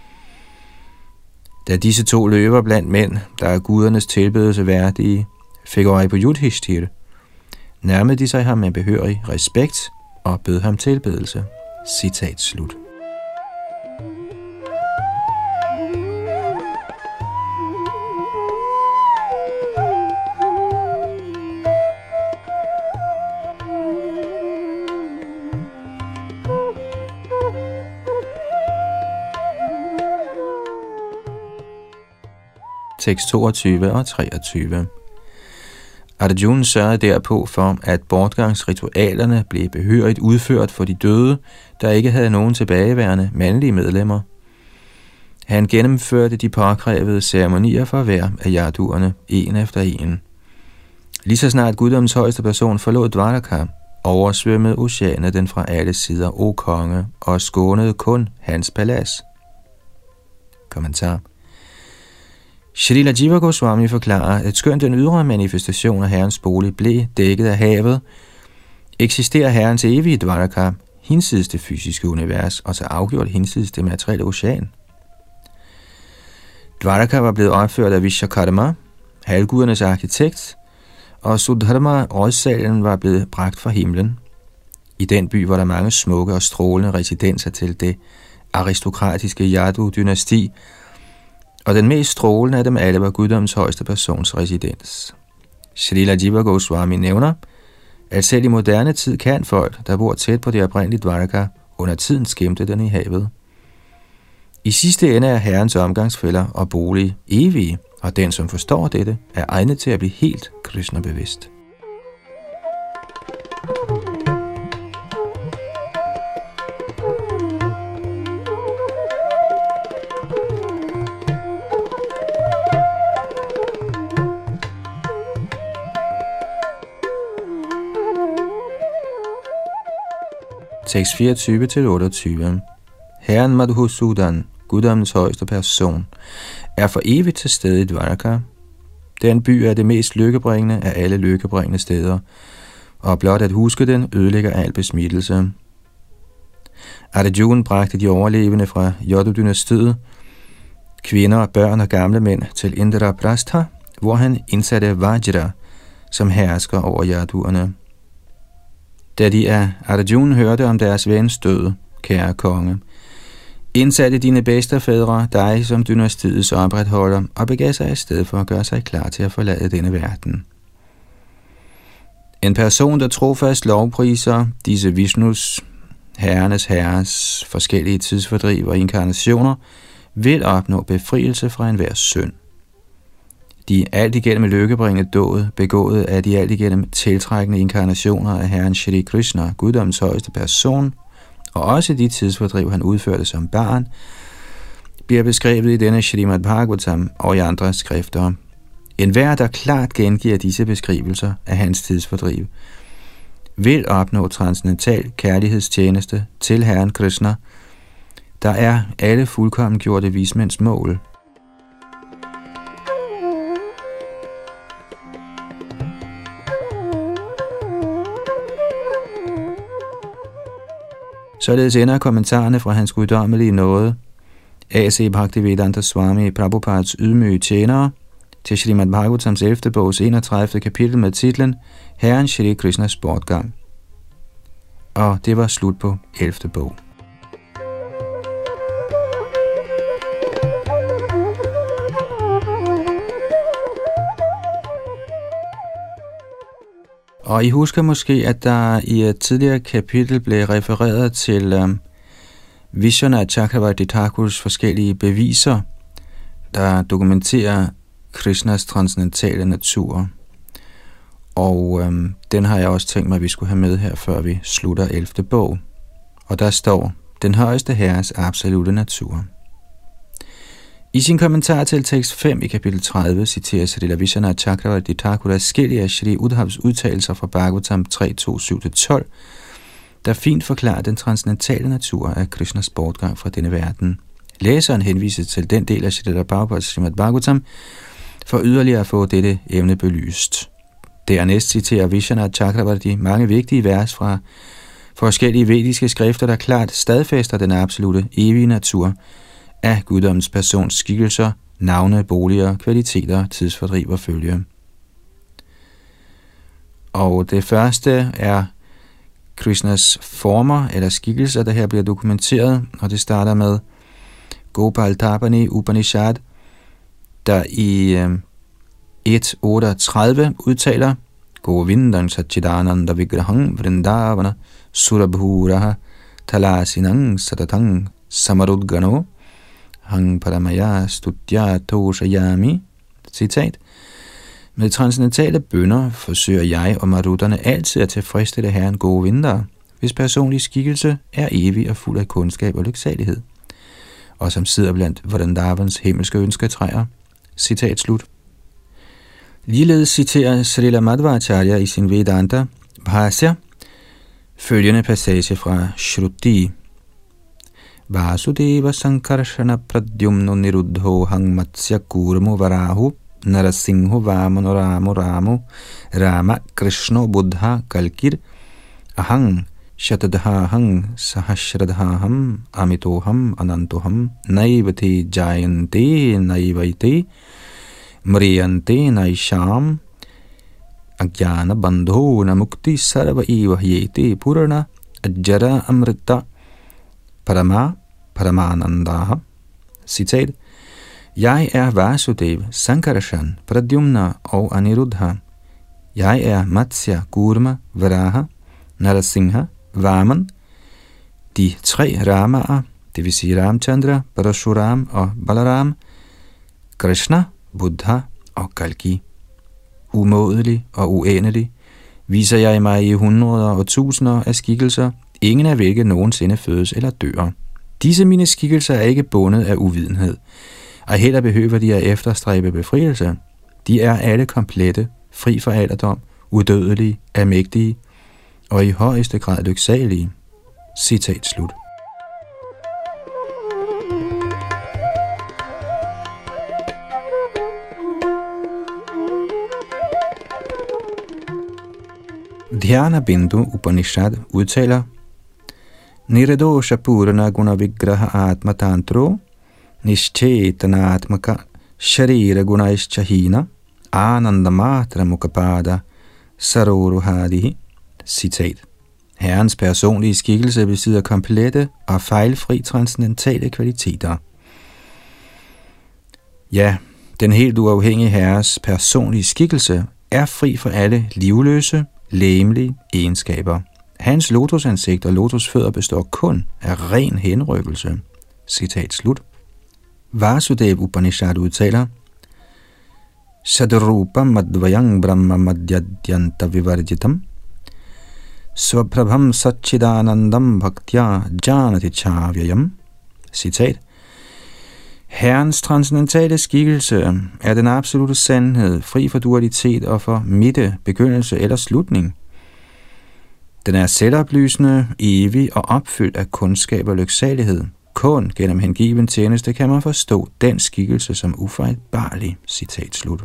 Da disse to løber blandt mænd, der er gudernes tilbedelse værdige, fik øje på Yudhishthir, nærmede de sig ham med behørig respekt og bød ham tilbedelse. Citat slut. tekst 22 og 23. Arjuna sørgede derpå for, at bortgangsritualerne blev behørigt udført for de døde, der ikke havde nogen tilbageværende mandlige medlemmer. Han gennemførte de påkrævede ceremonier for hver af yaduerne, en efter en. Lige så snart guddommens højeste person forlod Dvaraka, oversvømmede oceanet den fra alle sider, o konge, og skånede kun hans palads. Kommentar. Shrila Jiva Goswami forklarer, at skønt den ydre manifestation af Herrens bolig blev dækket af havet, eksisterer Herrens evige Dvaraka, hinsides det fysiske univers, og så afgjort hinsides det materielle ocean. Dvaraka var blevet opført af Vishwakarma, halvgudernes arkitekt, og Sudharma, rådsalen, var blevet bragt fra himlen. I den by var der mange smukke og strålende residenser til det aristokratiske Yadu-dynasti, og den mest strålende af dem alle var guddommens højeste persons residens. Shrila Jiva Goswami nævner, at selv i moderne tid kan folk, der bor tæt på det oprindelige Dvaraka, under tiden skimte den i havet. I sidste ende er Herrens omgangsfælder og bolig evige, og den, som forstår dette, er egnet til at blive helt Krishna-bevidst. Tekst 24-28. Herren Madhusudan, guddommens højeste person, er for evigt til stede i Dvaraka. Den by er det mest lykkebringende af alle lykkebringende steder, og blot at huske den ødelægger al besmittelse. Arjuna bragte de overlevende fra Yadu-dynastiet, kvinder, børn og gamle mænd, til Indraprastha, hvor han indsatte Vajra som hersker over Yaduerne. Da de af Arjuna hørte om deres vens død, kære konge, indsatte dine bedstefædre dig som dynastiets opretholder og begav sig i stedet for at gøre sig klar til at forlade denne verden. En person, der trofast lovpriser disse Vishnus, herres forskellige tidsfordriv og inkarnationer, vil opnå befrielse fra enhver synd. De alt igennem lykkebringende dåd, begået af de alt igennem tiltrækkende inkarnationer af Herren Shri Krishna, guddommens højeste person, og også de tidsfordriv, han udførte som barn, bliver beskrevet i denne Srimad Bhagavatam og i andre skrifter. Enhver, der klart gengiver disse beskrivelser af hans tidsfordriv, vil opnå transcendental kærlighedstjeneste til Herren Krishna, der er alle fuldkommen gjorte vismænds mål. Således ender kommentarerne fra hans guddommelige nåde, A.C. Bhaktivedanta Swami Prabhupads ydmyge tjenere, til Srimad Bhagavatams 11. bogs 31. kapitel med titlen Herren Shri Krishnas bortgang. Og det var slut på 11. bog. Og I husker måske, at der i et tidligere kapitel blev refereret til Vishwanath Chakravarti Thakurs forskellige beviser, der dokumenterer Krishnas transcendentale natur. Og den har jeg også tænkt mig, at vi skulle have med her, før vi slutter 11. bog. Og der står, den højeste herres absolute natur. I sin kommentar til tekst 5 i kapitel 30 citerer Srila Vishwanath Chakravarti Thakur adskillige af Shri Udhavs udtalelser fra Bhagavatam 3.2.7-12, der fint forklarer den transcendentale natur af Krishnas bortgang fra denne verden. Læseren henviser til den del af Shrila Prabhupads Srimad Bhagavatam for yderligere at få dette emne belyst. Dernæst citerer Vishwanath Chakravarti mange vigtige vers fra forskellige vediske skrifter, der klart stadfæster den absolute evige natur af guddommens persons skikkelser, navne, boliger, kvaliteter, tidsfordriv og følge. Og det første er Krishnas former eller skikkelser, der her bliver dokumenteret, og det starter med Gopal Tapani Upanishad, der i 1.38 udtaler Govindam Satchidananda Vigraham Vrindavana Surabhuraha Talasinang Satatang Samarudgano Hang Paramaya Studya Toshayami Citat: Med transcendentale bønner forsøger jeg og marutterne altid at tilfredsstille Herren Govinda, hvis personlige skikkelse er evig og fuld af kundskab og lyksalighed, og som sidder blandt Vrindavans himmelske ønsketræer. Citat slut. Ligeledes citerer Srila Madhvacharya i sin Vedanta Bhasya følgende passage fra Shruti: Vasudeva Sankarshana Pradyumno Niruddho Hang Matsya Kurmo Varahu Narasingho Vamano Ramo Ramo Rama Krishno Buddha Kalkir Ahang Shatadhahang Sahasradhaham Amitoham Anantoham Naivati Jayante Naivate Mriyante Naisham Agyana Bandho Namukti Sarva Eva Yete Purana Ajara Amrita Paramanandaha. Citat: Jeg er Vasudev, Sankarshan, Pradyumna og Aniruddha. Jeg er Matsya, Kurma, Varaha, Narasingha, Vaman, de 3 Ramaer, det vil sige Ramchandra, Parashuram og Balaram, Krishna, Buddha og Kalki. Umådelig og uendelig viser jeg mig i hundreder og tusinder af skikkelser, ingen af hvilke nogensinde fødes eller dør. Disse mine skikkelser er ikke bundet af uvidenhed, og heller behøver de at efterstræbe befrielse. De er alle komplette, fri for alderdom, udødelige, almægtige og i højeste grad lyksalige. Citat slut. Dhyana Bindu Upanishad udtaler: Niradosha Purana Guna Vigraha Atma Tantro Nishchetanatmaka Sharira Gunaishchahina Anandamatra Mukapada Saroruhadihi. Citat: Herrens personlige skikkelse besidder komplette og fejlfri transcendentale kvaliteter. Ja, den helt uafhængige herres personlige skikkelse er fri for alle livløse, legemlige egenskaber. Hans lotusansigt og lotusfødder består kun af ren henrykkelse. Citat slut. Vasudev Upanishad udtaler: Sadrupa madvayang brahma madhyadyanta vivarjitam svaprabham satchidanandam bhaktya janati chavyayam. Citat: Herrens transcendentale skikkelse er den absolute sandhed, fri for dualitet og for midte, begyndelse eller slutning. Den er selvoplysende, evig og opfyldt af kundskab og lyksalighed. Kun gennem hengiven tjeneste kan man forstå den skikkelse som ufejlbarlig. Citat slut.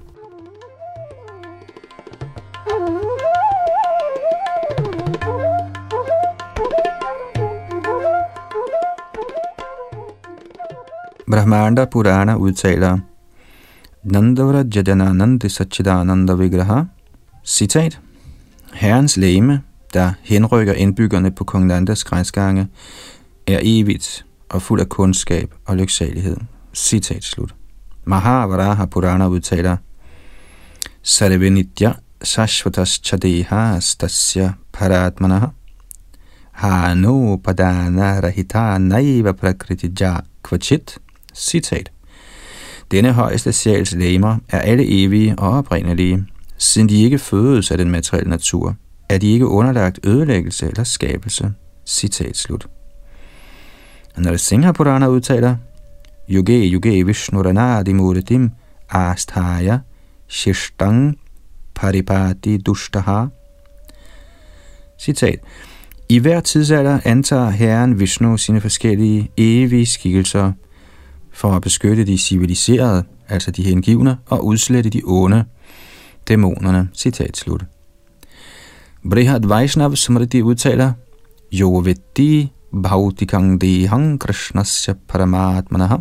Brahmanda Purana udtaler: Nandavra Jajananandi Satchidananda Vigraha. Citat: Herrens legeme, der henrykker indbyggerne på kong Nandas græsgange, er evigt og fuld af kundskab og lyksalighed. Citat slut. Mahavaraha Purana udtaler: Sarvenitya Sashvatas Chadehas Tasya Paratmanaha Hano Padana Rahita Naiva Prakriti Ja Kvachit. Citat: Denne højeste sjæls legemer er alle evige og oprindelige. Siden de ikke fødes af den materielle natur, er de ikke underlagt ødelæggelse eller skabelse. Citat slut. Narasingha Purana udtaler: Yuge yuge Vishnuranadi muritim asthaya shishtang paripati dushtaha. Citat: I hver tidsalder antager Herren Vishnu sine forskellige evige skikkelser for at beskytte de civiliserede, altså de hengivne, og udslette de onde, dæmonerne. Citat slut. Brihad Vaishnav Smriti udtaler: Yovetti bhautikang dehang krishnasya paramatmanaha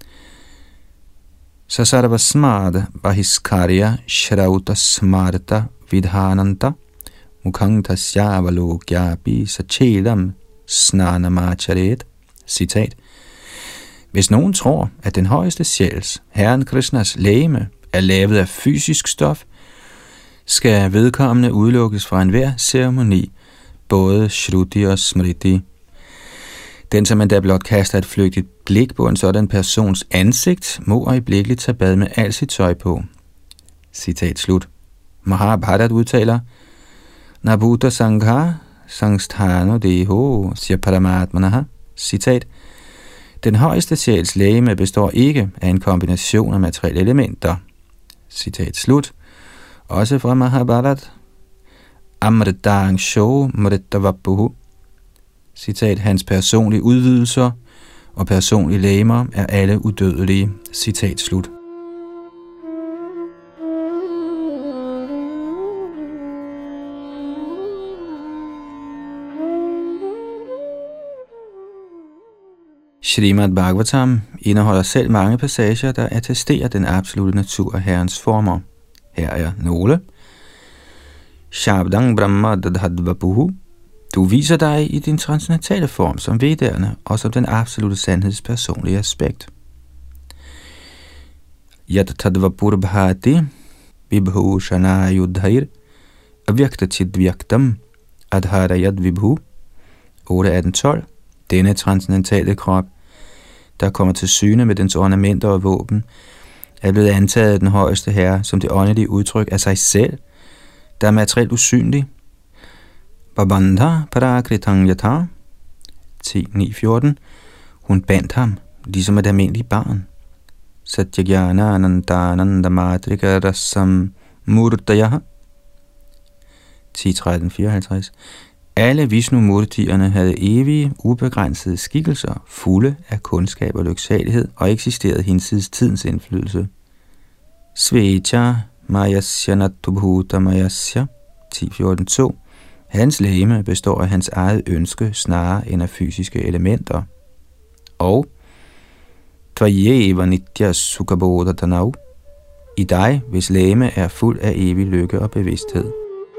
sasarvasmad bahiskarya shrauta smarta vidhananta mukhang tasyavalokyapi sachelam snanamacharet. Citat: Hvis nogen tror, at den højeste sjæls, Herren Krishnas legeme, er lavet af fysisk stof, skal vedkommende udelukkes fra enhver ceremoni, både Shruti og Smriti. Den, som endda blot kaster et flygtigt blik på en sådan persons ansigt, må øjeblikkeligt tage bad med alt sit tøj på. Citat slut. Mahabharat udtaler, Nabhuta Sangha Sangsthano Deho Sya Paramatmanaha. Citat. Den højeste sjæls legeme består ikke af en kombination af materielle elementer. Citat slut. Også fra Mahabharat. Amritang Sho Mrittavapuhu. Citat. Hans personlige udvidelser og personlige legemer er alle udødelige. Citat slut. Srimad Bhagavatam indeholder selv mange passager, der attesterer den absolute natur af Herrens former. Her er nogle. Shabdang Brahma Dadhadvapuhu. Du viser dig i din transcendentale form som Vedderne og som den absolute sandheds personlige aspekt. Yat Tadvapur Bhati Vibhushana Yudhair Avyaktatidvyaktam Adharayad Vibhu. 8.18.12. Denne transcendentale krop, der kommer til syne med dens ornamenter og våben, er blevet antaget af den højeste herre som det åndelige udtryk af sig selv, der er materielt usynlig. Babandha parakritang yatha 10.9.14. Hun bandt ham, ligesom et almindeligt barn. Satyajnana anandananda matrika rasam murtayaha 10.13.54. Alle Vishnu-murtierne havde evige, ubegrænsede skikkelser, fulde af kundskab og lyksalighed, og eksisterede hinsides tidens indflydelse. Svecha mayasya natubhuta mayasya 10.14.2. Hans legeme består af hans eget ønske snarere end af fysiske elementer. Og Tvayeva nitya sukhabodha tanav. I dig, hvis legeme er fuld af evig lykke og bevidsthed.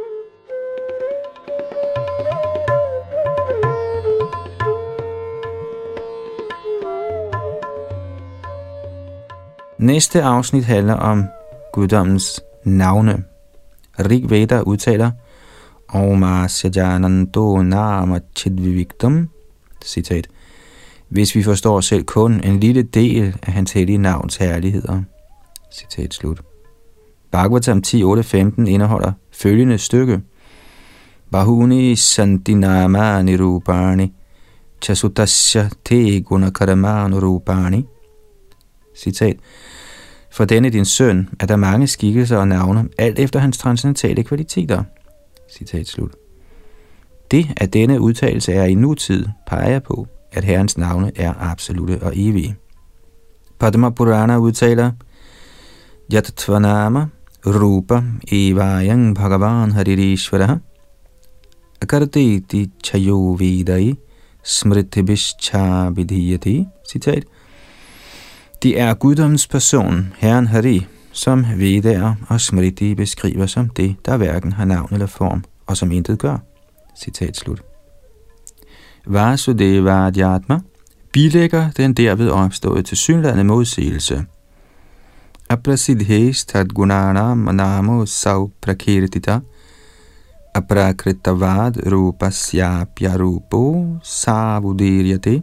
Næste afsnit handler om guddommens navne. Rig Veda udtaler Om Asyajananto Nama Chidviviktam. Citat. Hvis vi forstår selv kun en lille del af hans hellige navns herligheder. Citat slut. Bhagavatam 10.8.15 indeholder følgende stykke. Bahuni Santinama Nirupani Chasutasya Te Gunakarama Nirupani. Citat. For denne din søn er der mange skikkelser og navne, alt efter hans transcendentale kvaliteter. Citat slut. Det, at denne udtalelse er i nutid, peger på, at Herrens navne er absolute og evige. Padma Purana udtaler, Yatatvanama Rupa Evayang Bhagavan Haririshvaraha Akarteti Chayo Vedai Smritibishcha Vidhiyati. Citat. Det er guddommens person, Herren Hari, som Vedaer og Smriti beskriver som det, der hverken har navn eller form, og som intet gør. Citat slut. Vasudeva Adhyatma bilægger den derved opstået tilsyneladende modsigelse. Aprasidhes tadgunana manamo sav prakirtita aprakritavad rupasya pyarupo savudiryate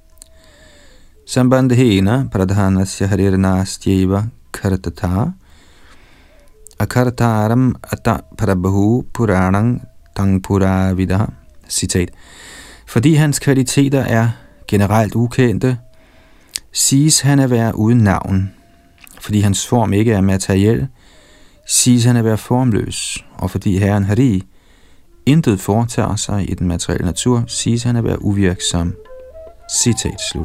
Sambandhena pradhanasya harirnastyeva kartata akartaram ata parabhu puranang tangpuravidah. Citat. Fordi hans kvaliteter er generelt ukendte, siges han at være uden navn. Fordi hans form ikke er materiel, siges han at være formløs. Og fordi Herren Hari intet foretager sig i den materielle natur, siges han at være uvirksom. Citat slut.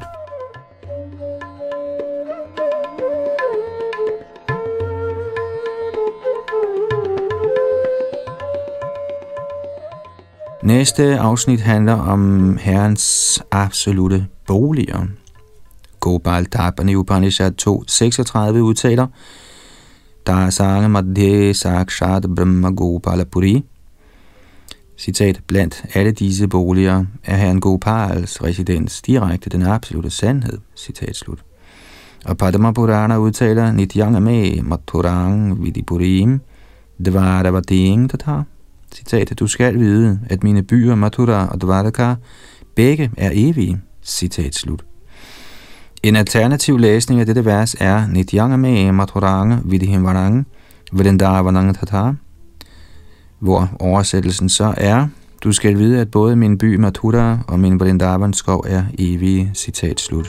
Næste afsnit handler om Herrens absolute boliger. Gopal Tapani Upanishad 2.36 udtaler, Der sange madhye sakshat brahma Gopalapuri. Citat, blandt alle disse boliger er Herren Gopals residens direkte den absolute sandhed. Citat slut. Og Padma Purana udtaler, Nityangame mathurang vidipurim dvaravating tatha. Citat, du skal vide, at mine byer Mathura og Dvaraka begge er evige. Citat slut. En alternativ læsning af dette vers er Nityangame mathurang vidihimvarang Vrindavanang Tata, hvor oversættelsen så er: du skal vide, at både min by Mathura og min Vrindavan-skov er evige. Citat slut.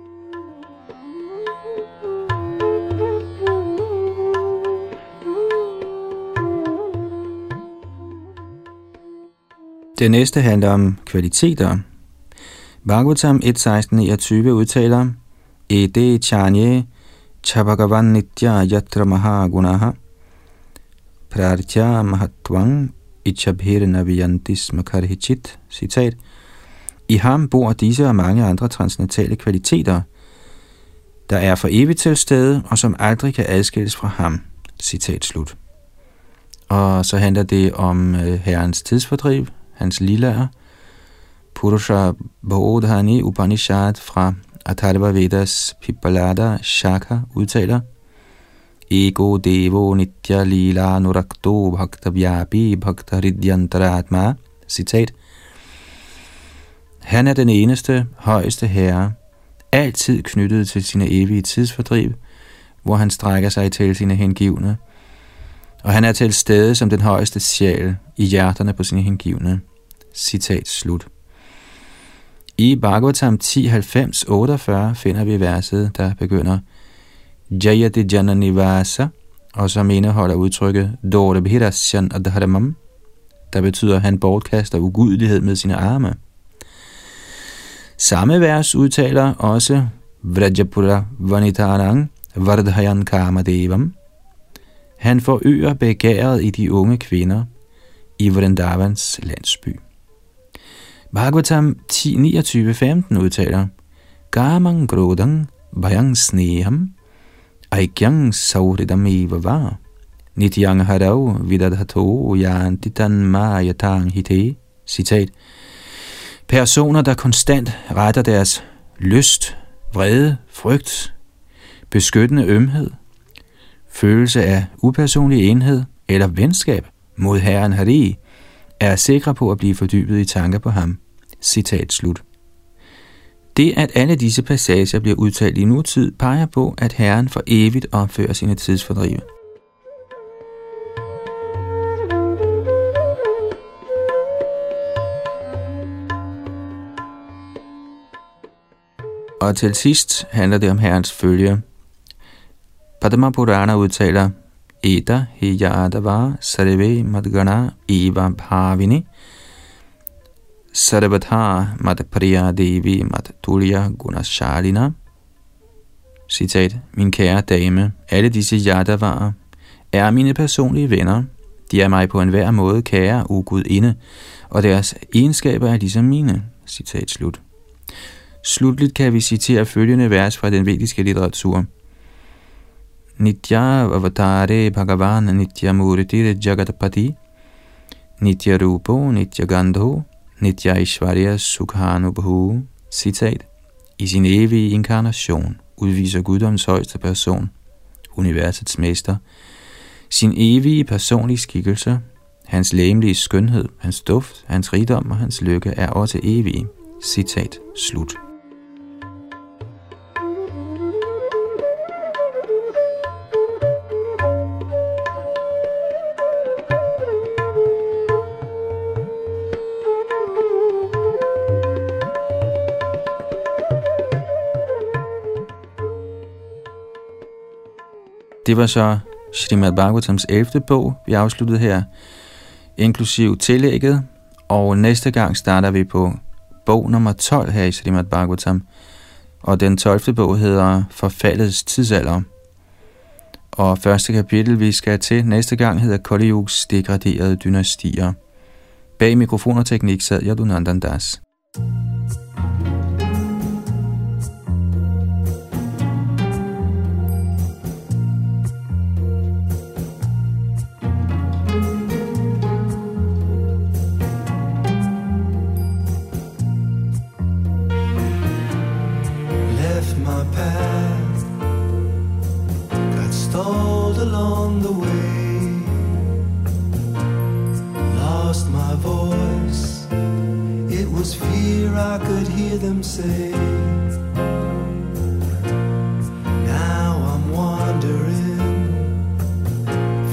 Det næste handler om kvaliteter. Bhagavatam 1.16.29 udtaler: Ede chanye chabhagavan nitya yatra maha gunaha prartya mahatvang ichabhir naviyantis makarhichit. Citat: i ham bor disse og mange andre transcendentale kvaliteter, der er for evigt til stede og som aldrig kan adskilles fra ham. Citat slut. Og så handler det om herrens tidsfordriv, hans lilaer. Purusha Bodhani Upanishad fra Atharva Vedas Pippalada Shaka udtaler: Ego Devo Nitya Lila Nurakto Bhakta Vyapi Bhakta Ridyantaratma. Citat: han er den eneste, højeste herre, altid knyttet til sine evige tidsfordriv, hvor han strækker sig til sine hengivne, og han er til stede som den højeste sjæl i hjerterne på sine hengivne. Citat slut. I Bhagavatam 10.90.48 finder vi verset, der begynder Jayati Jananivasa, og som indeholder udtrykket Dorabhirasyan Adharamam, der betyder, at han bortkaster ugudelighed med sine arme. Samme vers udtaler også Vrajapura Vanitanang Vardhayan Kamadevam. Han forøger begæret i de unge kvinder i Vrindavans landsby. Bhagavatam 10.29.15 udtaler Kamang Grodang Bhayang Sneham Aikyang Sauridam Eva Nityang Harav Vidadhato Yantitan Mayatang Hite. Citat: personer, der konstant retter deres lyst, vrede, frygt, beskyttende ømhed, følelse af upersonlig enhed eller venskab mod Herren Hari, er sikre på at blive fordybet i tanker på ham. Citat slut. Det, at alle disse passager bliver udtalt i nutid, peger på, at Herren for evigt opfører sine tidsfordrive. Og til sidst handler det om Herrens følge. Padma Purana udtaler Eta hi yadava sarve madgana eva bhavini sarvata madpriya devi madtulya gunashalina. Citat: min kære dame, alle disse yadavaer er mine personlige venner. De er mig på enhver måde kære ugudinde, og deres egenskaber er ligesom mine. Citat slut. Slutligt kan vi citere følgende vers fra den vediske litteratur. Nitya avatare bhagavan nitya murti jagatpati nitya rupo nitya gandho nitya ishvarya sukhanubhu. Citat: i sin evige inkarnation udviser guddoms højeste person, universets mester, sin evige personlige skikkelse. Hans legemlige skønhed, hans duft, hans rigdom og hans lykke er også evige. Citat slut. Det var så Srimad Bhagavatams 11. bog, vi afsluttede her, inklusiv tillægget, og næste gang starter vi på bog nummer 12 her i Srimad Bhagavatam, og den 12. bog hedder Forfaldets tidsalder. Og første kapitel, vi skal til næste gang, hedder Kali Yugs degraderede dynastier. Bag mikrofon og teknik sad Yadunandan Das. I could hear them say, now I'm wandering,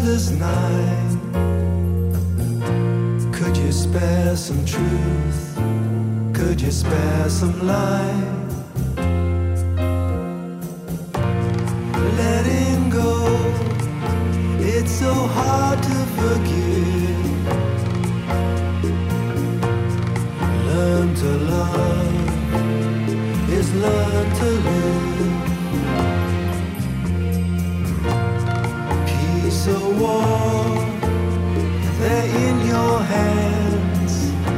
restless night, could you spare some truth? Could you spare some light? Letting go, it's so hard to forgive. Learn to love is learn to live. Peace or war, they're in your hands.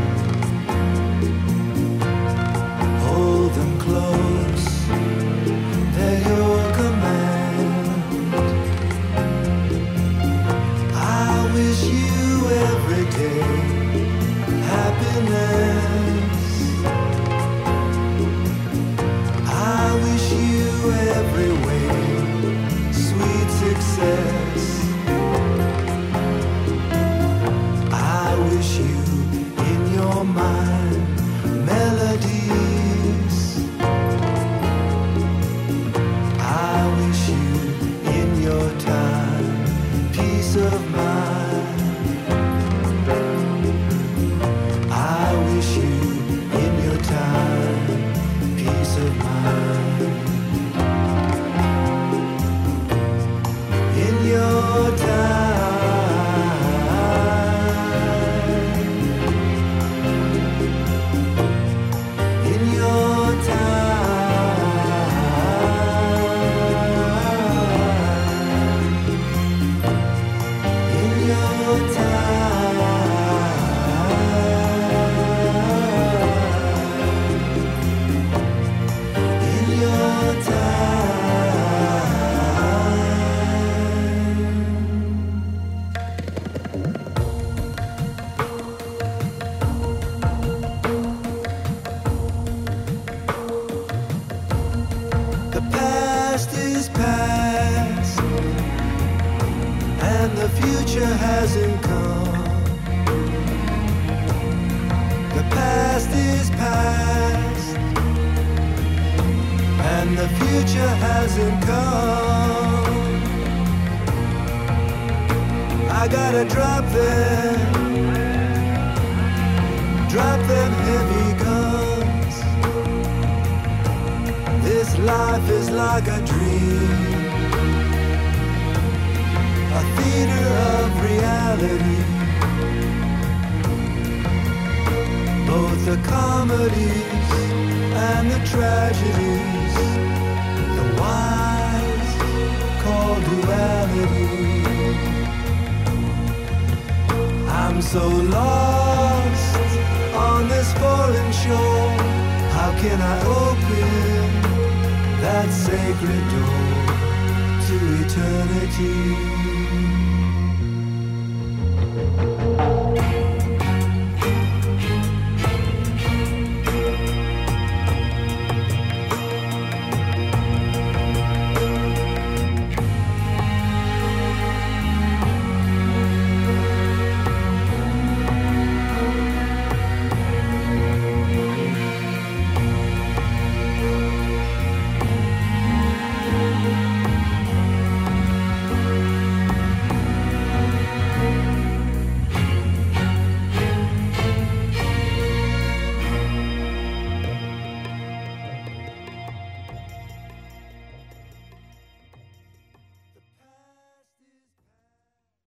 Hold them close, they're your command. I wish you every day happiness. I wish you every way sweet success. I wish you in your mind melodies. I wish you in your time peace of mind. I wish you in your time peace of mind. In your time, in your time, in your the future hasn't come. The past is past, and the future hasn't come. I gotta drop them heavy guns. This life is like a dream, a theater of reality. Both the comedies and the tragedies, the wise call duality. I'm so lost on this foreign shore. How can I open that sacred door to eternity?